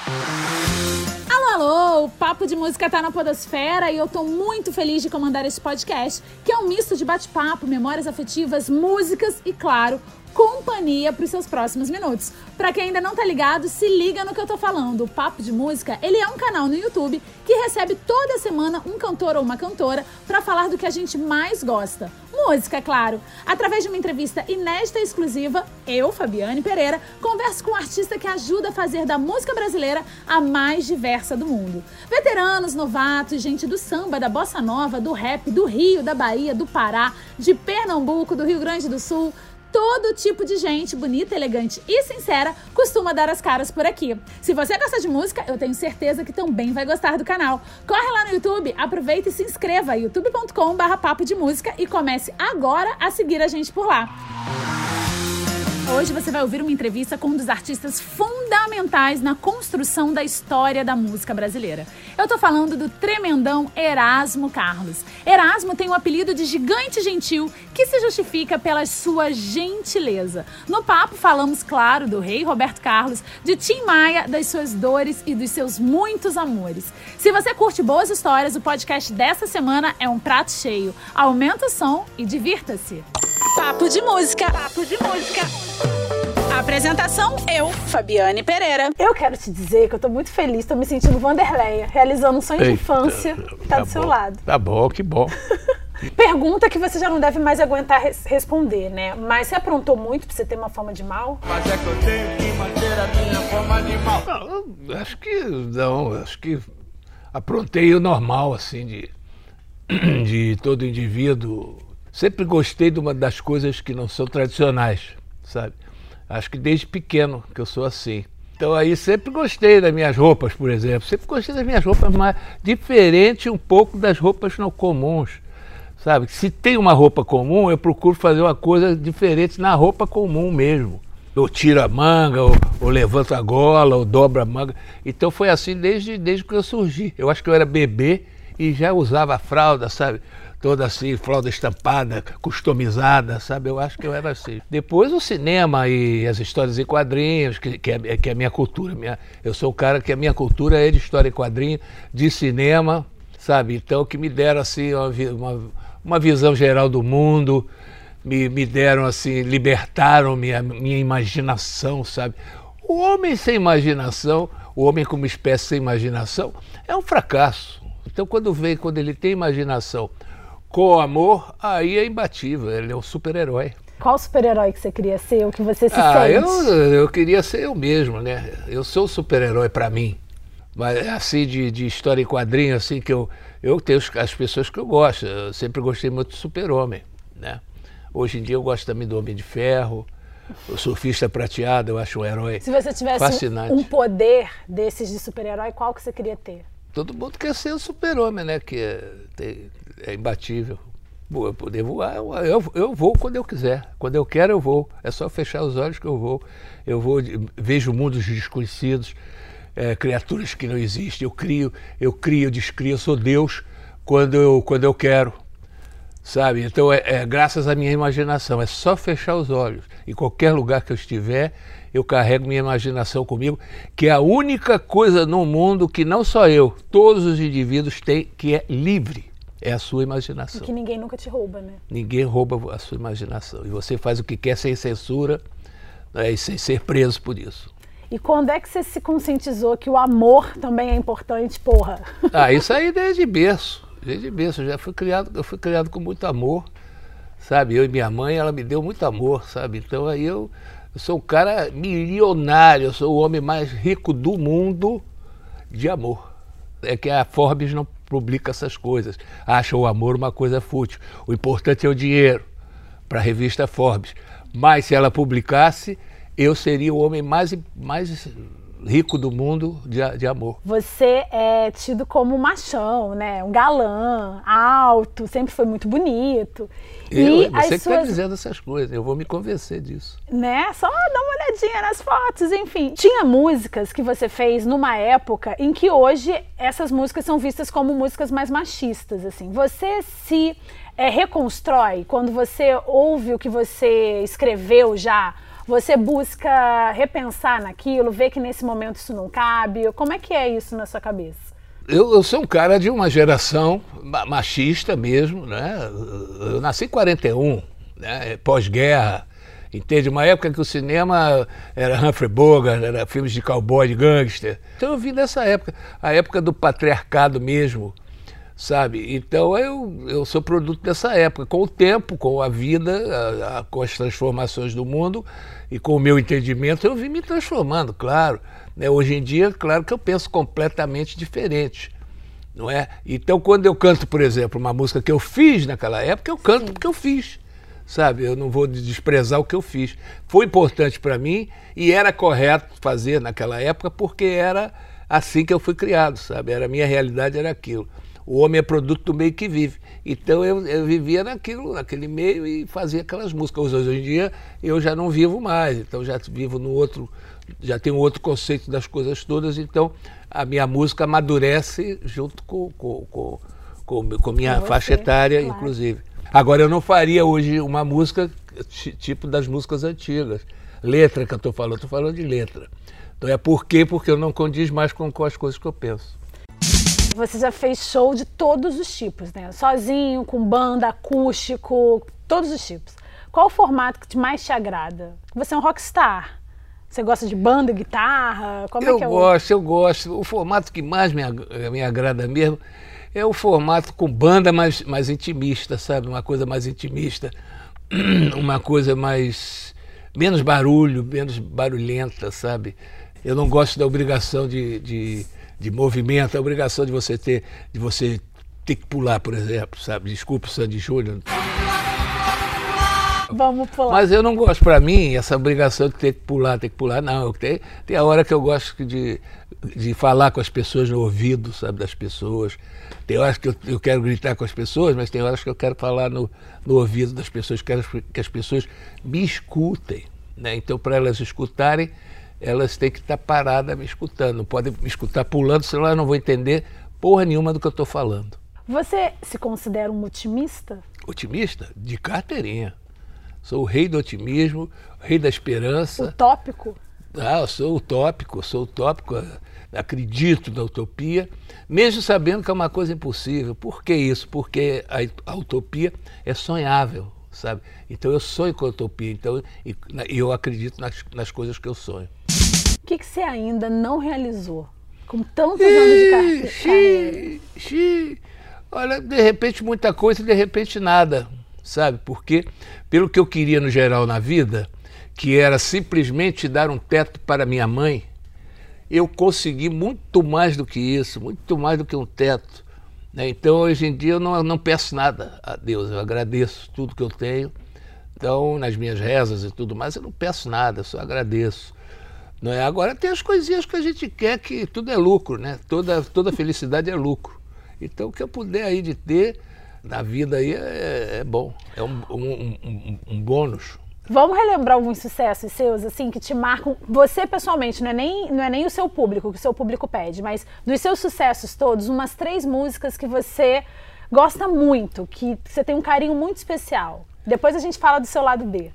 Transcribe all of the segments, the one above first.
Alô, o Papo de Música tá na podosfera e eu tô muito feliz de comandar esse podcast, que é um misto de bate-papo, memórias afetivas, músicas e, claro, companhia para os seus próximos minutos. Para quem ainda não tá ligado, se liga no que eu tô falando. O Papo de Música, ele é um canal no YouTube que recebe toda semana um cantor ou uma cantora para falar do que a gente mais gosta. Música, claro. Através de uma entrevista inédita e exclusiva, eu, Fabiane Pereira, converso com um artista que ajuda a fazer da música brasileira a mais diversa do mundo. Veteranos, novatos, gente do samba, da bossa nova, do rap, do Rio, da Bahia, do Pará, de Pernambuco, do Rio Grande do Sul. Todo tipo de gente bonita, elegante e sincera costuma dar as caras por aqui. Se você gosta de música, eu tenho certeza que também vai gostar do canal. Corre lá no YouTube, aproveita e se inscreva, youtube.com/papo de música, e comece agora a seguir a gente por lá. Hoje você vai ouvir uma entrevista com um dos artistas fundamentais na construção da história da música brasileira. Eu tô falando do tremendão Erasmo Carlos. Erasmo tem o apelido de Gigante Gentil, que se justifica pela sua gentileza. No papo falamos, claro, do rei Roberto Carlos, de Tim Maia, das suas dores e dos seus muitos amores. Se você curte boas histórias, o podcast dessa semana é um prato cheio. Aumenta o som e divirta-se. Papo de Música. Papo de Música. Apresentação, eu, Fabiane Pereira. Eu quero te dizer que eu tô muito feliz, tô me sentindo Wanderleia, realizando um sonho de infância que tá do seu lado. Tá bom, que bom. Pergunta que você já não deve mais aguentar responder, né? Mas você aprontou muito pra você ter uma fama de mal? Mas é que eu tenho que manter a minha fama de mal. Acho que aprontei o normal, assim, de todo indivíduo. Sempre gostei de uma das coisas que não são tradicionais, sabe? Acho que desde pequeno que eu sou assim. Então aí sempre gostei das minhas roupas, por exemplo. Sempre gostei das minhas roupas, mas diferente um pouco das roupas não comuns, sabe? Se tem uma roupa comum, eu procuro fazer uma coisa diferente na roupa comum mesmo. Eu tiro a manga, ou levanto a gola, ou dobro a manga. Então foi assim desde que eu surgi. Eu acho que eu era bebê e já usava a fralda, sabe? Toda assim, fralda estampada, customizada, sabe? Eu acho que eu era assim. Depois o cinema e as histórias em quadrinhos, que é a minha cultura. Eu sou o cara que a minha cultura é de história em quadrinho, de cinema, sabe? Então que me deram assim uma visão geral do mundo, me deram assim, libertaram minha imaginação, sabe? O homem sem imaginação, o homem como espécie sem imaginação, é um fracasso. Então quando ele tem imaginação com amor, aí é imbatível, ele é um super-herói. Qual super-herói que você queria ser, o que você se sente? Eu queria ser eu mesmo, né? Eu sou super-herói para mim. Mas assim, de história em quadrinho, assim, que eu tenho as pessoas que eu gosto. Eu sempre gostei muito do Super-Homem, né? Hoje em dia eu gosto também do Homem de Ferro, o Surfista Prateado, eu acho um herói fascinante. Se você tivesse um poder desses de super-herói, qual que você queria ter? Todo mundo quer ser o Super-Homem, né? Que é imbatível. Eu poder voar, eu vou quando eu quiser. Quando eu quero, eu vou. É só fechar os olhos que eu vou. Vejo mundos desconhecidos, criaturas que não existem. Eu crio, descrio. Eu sou Deus quando eu quero, sabe? Então graças à minha imaginação. É só fechar os olhos. Em qualquer lugar que eu estiver, eu carrego minha imaginação comigo, que é a única coisa no mundo que não só eu, todos os indivíduos têm, que é livre. É a sua imaginação. E que ninguém nunca te rouba, né? Ninguém rouba a sua imaginação. E você faz o que quer sem censura, né, e sem ser preso por isso. E quando é que você se conscientizou que o amor também é importante, porra? Isso aí desde berço. Desde berço. Eu fui criado com muito amor, sabe? Eu e minha mãe, ela me deu muito amor, sabe? Então aí eu sou um cara milionário, eu sou o homem mais rico do mundo de amor. É que a Forbes não publica essas coisas, acha o amor uma coisa fútil. O importante é o dinheiro, para a revista Forbes. Mas se ela publicasse, eu seria o homem mais rico do mundo de amor. Você é tido como um machão, né? Um galã, alto, sempre foi muito bonito. Você que está dizendo essas coisas, eu vou me convencer disso. Né? Só dá uma olhadinha nas fotos, enfim. Tinha músicas que você fez numa época em que hoje essas músicas são vistas como músicas mais machistas, assim. Você se reconstrói quando você ouve o que você escreveu já? Você busca repensar naquilo, ver que nesse momento isso não cabe? Como é que é isso na sua cabeça? Eu sou um cara de uma geração machista mesmo, né? Eu nasci em 41, né? Pós-guerra, entende? Uma época que o cinema era Humphrey Bogart, era filmes de cowboy, de gangster. Então eu vim dessa época, a época do patriarcado mesmo, sabe? Então eu sou produto dessa época. Com o tempo, com a vida, com as transformações do mundo e com o meu entendimento, eu vim me transformando, claro. Hoje em dia, claro que eu penso completamente diferente, não é? Então, quando eu canto, por exemplo, uma música que eu fiz naquela época, eu canto porque eu fiz, sabe? Eu não vou desprezar o que eu fiz. Foi importante para mim e era correto fazer naquela época porque era assim que eu fui criado, sabe? A minha realidade era aquilo. O homem é produto do meio que vive. Então eu vivia naquele meio e fazia aquelas músicas. Hoje em dia eu já não vivo mais, então já vivo no outro, já tenho outro conceito das coisas todas, então a minha música amadurece junto com minha faixa etária, claro. Inclusive. Agora eu não faria hoje uma música tipo das músicas antigas. Letra que eu estou falando de letra. Então é porque eu não condiz mais com as coisas que eu penso. Você já fez show de todos os tipos, né? Sozinho, com banda, acústico, todos os tipos. Qual o formato que mais te agrada? Você é um rockstar. Você gosta de banda, guitarra? Eu gosto. O formato que mais me agrada mesmo é o formato com banda mais intimista, sabe? Uma coisa mais intimista, uma coisa menos barulho, menos barulhenta, sabe? Eu não gosto da obrigação de movimento, a obrigação de você ter que pular, por exemplo, sabe? Desculpa o Sandy Júnior. Vamos pular. Mas eu não gosto, para mim, essa obrigação de ter que pular, não. Tem a hora que eu gosto de falar com as pessoas no ouvido, sabe, das pessoas. Tem horas que eu quero gritar com as pessoas, mas tem horas que eu quero falar no ouvido das pessoas, quero que as pessoas me escutem, né? Então, para elas escutarem, elas têm que estar paradas me escutando. Não podem me escutar pulando, senão elas não vão entender porra nenhuma do que eu estou falando. Você se considera um otimista? Otimista? De carteirinha. Sou o rei do otimismo, o rei da esperança. Utópico? Eu sou utópico, acredito na utopia, mesmo sabendo que é uma coisa impossível. Por que isso? Porque a utopia é sonhável, sabe? Então eu sonho com a utopia, então, e eu acredito nas coisas que eu sonho. O que você ainda não realizou? Com tantos anos de carreira? Olha, de repente muita coisa e de repente nada, sabe? Porque pelo que eu queria no geral na vida, que era simplesmente dar um teto para minha mãe, eu consegui muito mais do que isso, muito mais do que um teto, né? Então hoje em dia eu não peço nada a Deus, eu agradeço tudo que eu tenho. Então nas minhas rezas e tudo mais eu não peço nada, eu só agradeço. Não é? Agora tem as coisinhas que a gente quer, que tudo é lucro, né? Toda felicidade é lucro. Então o que eu puder aí de ter na vida aí é bom, é um bônus. Vamos relembrar alguns sucessos seus, assim, que te marcam, você pessoalmente, não é nem o seu público, que o seu público pede, mas dos seus sucessos todos, umas 3 músicas que você gosta muito, que você tem um carinho muito especial. Depois a gente fala do seu lado B.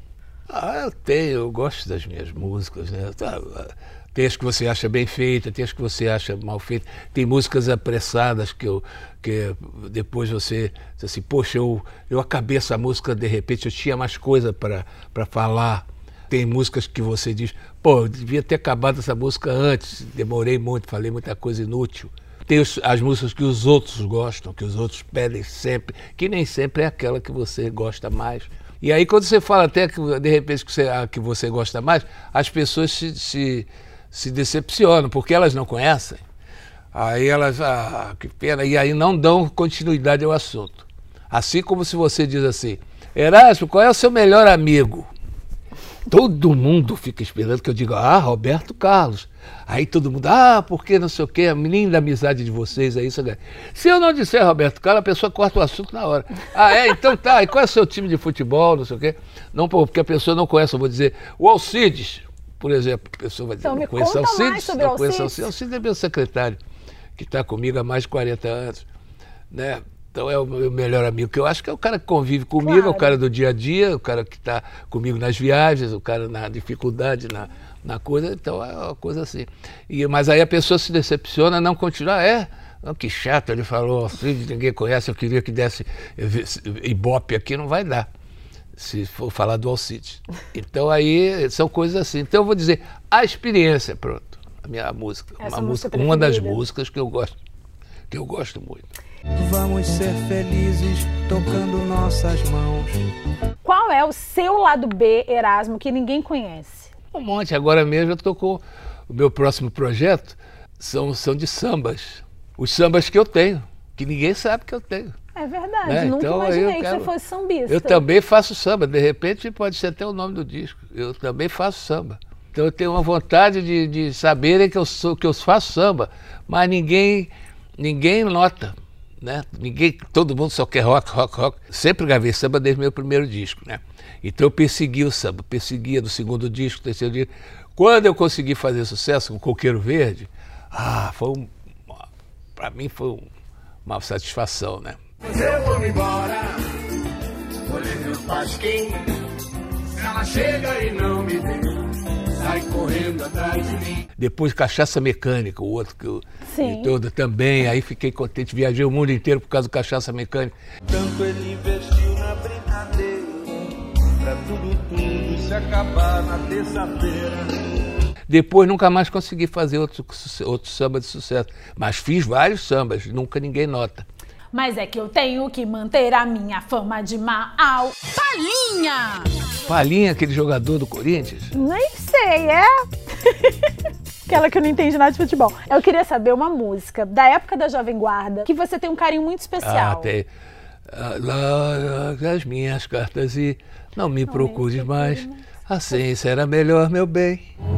Eu gosto das minhas músicas, né? Tem as que você acha bem feita, tem as que você acha mal feita, tem músicas apressadas que depois você diz assim, poxa, eu acabei essa música, de repente eu tinha mais coisa para falar. Tem músicas que você diz, pô, eu devia ter acabado essa música antes, demorei muito, falei muita coisa inútil. Tem as músicas que os outros gostam, que os outros pedem sempre, que nem sempre é aquela que você gosta mais. E aí quando você fala até que de repente que você gosta mais, as pessoas se decepcionam, porque elas não conhecem. Aí elas, que pena, e aí não dão continuidade ao assunto. Assim como se você diz assim, Erasmo, qual é o seu melhor amigo? Todo mundo fica esperando que eu diga, Roberto Carlos. Aí todo mundo, porque não sei o quê, a linda amizade de vocês, é isso. Se eu não disser Roberto Carlos, a pessoa corta o assunto na hora. Então tá, e qual é o seu time de futebol, não sei o quê? Não, porque a pessoa não conhece, eu vou dizer, o Alcides, por exemplo, a pessoa vai dizer, então, não conheço Alcides, não conheço Alcides. Alcides é meu secretário, que está comigo há mais de 40 anos, né? Então é o meu melhor amigo, que eu acho que é o cara que convive comigo, Claro. é o cara do dia a dia, o cara que está comigo nas viagens, o cara na dificuldade, na coisa, então é uma coisa assim. Mas aí a pessoa se decepciona, não continua, que chato, ele falou, ninguém conhece, eu queria que desse Ibope aqui, não vai dar, se for falar do Alcides. Então aí são coisas assim. Então eu vou dizer, a experiência, pronto, a minha música, uma das músicas que eu gosto muito. Vamos ser felizes tocando nossas mãos. Qual é o seu lado B, Erasmo, que ninguém conhece? Um monte. Agora mesmo eu estou com o meu próximo projeto, são de sambas. Os sambas que eu tenho, que ninguém sabe que eu tenho. É verdade, Né? nunca Então, imaginei que você fosse sambista. Eu também faço samba, de repente pode ser até o nome do disco. Eu também faço samba. Então eu tenho uma vontade de saberem que eu faço samba, mas ninguém nota. Né? Todo mundo só quer rock. Sempre gravei samba desde o meu primeiro disco, né? Então eu persegui o samba, perseguia no segundo disco, terceiro disco. Quando eu consegui fazer sucesso com Coqueiro Verde, para mim foi uma satisfação, né? Eu vou embora, vou ler meu pasquim. Se ela chega e não me vê, sai correndo atrás de mim. Depois Cachaça Mecânica, o outro que eu Sim. todo também, aí fiquei contente, viajei o mundo inteiro por causa do Cachaça Mecânica. Tanto ele investiu na brincadeira, pra tudo se acabar na terça-feira. Depois nunca mais consegui fazer outro samba de sucesso, mas fiz vários sambas, nunca ninguém nota. Mas é que eu tenho que manter a minha fama de mal. Palinha! Palinha, aquele jogador do Corinthians? Nem sei, é? Aquela que eu não entendi nada de futebol. Eu queria saber uma música da época da Jovem Guarda que você tem um carinho muito especial. Tem. Lá as minhas cartas e não me procures mais, assim será melhor, meu bem.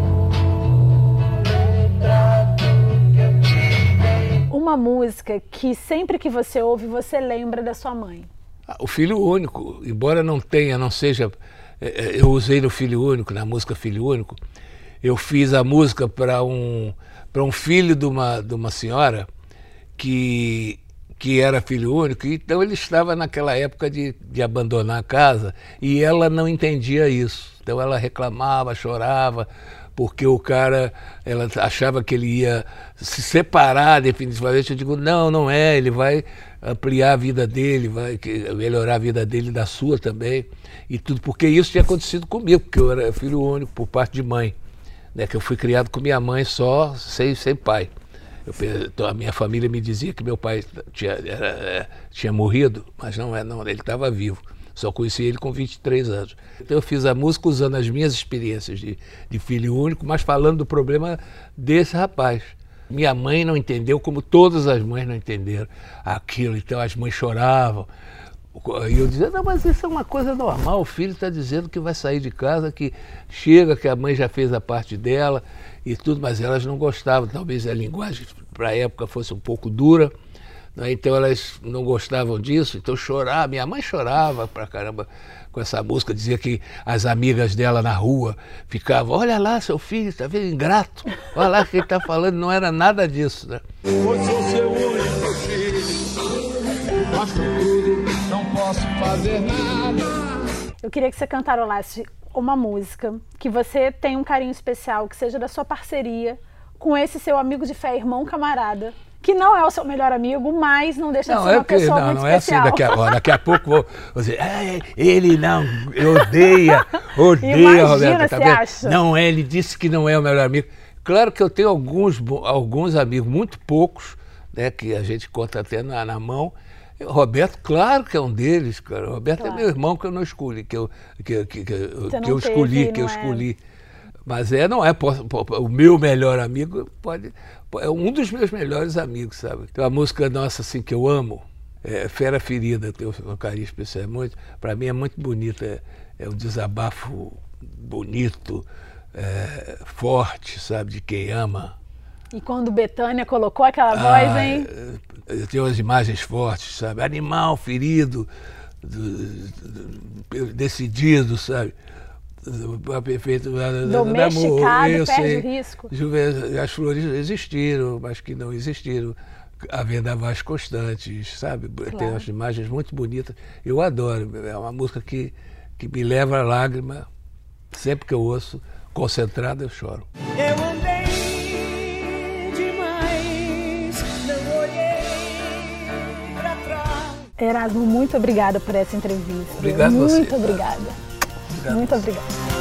Uma música que sempre que você ouve, você lembra da sua mãe. O Filho Único, embora não seja... Eu usei no Filho Único, na música Filho Único, eu fiz a música para um filho de uma senhora que era filho único, então ele estava naquela época de abandonar a casa e ela não entendia isso. Então ela reclamava, chorava, porque ela achava que ele ia se separar definitivamente. Eu digo, não é, ele vai ampliar a vida dele, vai melhorar a vida dele e da sua também, e tudo, porque isso tinha acontecido comigo, porque eu era filho único por parte de mãe, né, que eu fui criado com minha mãe só, sem pai. A minha família me dizia que meu pai tinha morrido, mas não, ele estava vivo. Só conheci ele com 23 anos. Então eu fiz a música usando as minhas experiências de filho único, mas falando do problema desse rapaz. Minha mãe não entendeu, como todas as mães não entenderam aquilo. Então as mães choravam. E eu dizia, não, mas isso é uma coisa normal, o filho está dizendo que vai sair de casa, que chega, que a mãe já fez a parte dela e tudo, mas elas não gostavam. Talvez a linguagem para a época fosse um pouco dura. Então elas não gostavam disso, então chorava, minha mãe chorava pra caramba com essa música, dizia que as amigas dela na rua ficavam, olha lá seu filho, tá vendo, ingrato, olha lá o que ele tá falando, não era nada disso, né? Eu sou seu único filho, faço tudo, não posso fazer nada. Eu queria que você cantarolasse uma música que você tem um carinho especial, que seja da sua parceria com esse seu amigo de fé, irmão, camarada, que não é o seu melhor amigo, mas não deixa de ser uma pessoa muito especial. Não é assim, daqui a pouco vou dizer, ele não, odeia Imagina, Roberto, tá você vendo? acha? Não é, ele disse que não é o melhor amigo. Claro que eu tenho alguns amigos, muito poucos, né, que a gente conta até na mão. O Roberto, claro que é um deles, cara. O Roberto é meu irmão que eu não escolhi, que eu escolhi. Mas não é o meu melhor amigo, é um dos meus melhores amigos, sabe? Tem uma música nossa assim que eu amo, Fera Ferida, tem um carinho especial, para mim é muito bonita, é um desabafo bonito, forte, sabe, de quem ama. E quando Bethânia colocou aquela voz, hein? Eu tenho umas imagens fortes, sabe? Animal ferido, decidido, sabe? Perfeito, domesticado, perde o risco. As flores existiram, mas que não existiram. a Vendavais Constantes, sabe? Claro. Tem umas imagens muito bonitas. Eu adoro, é uma música que me leva à lágrima. Sempre que eu ouço, concentrado, eu choro. Eu andei demais, não olhei pra trás. Erasmo, muito obrigada por essa entrevista. Obrigado a você. Muito obrigada. Obrigado. Muito obrigada.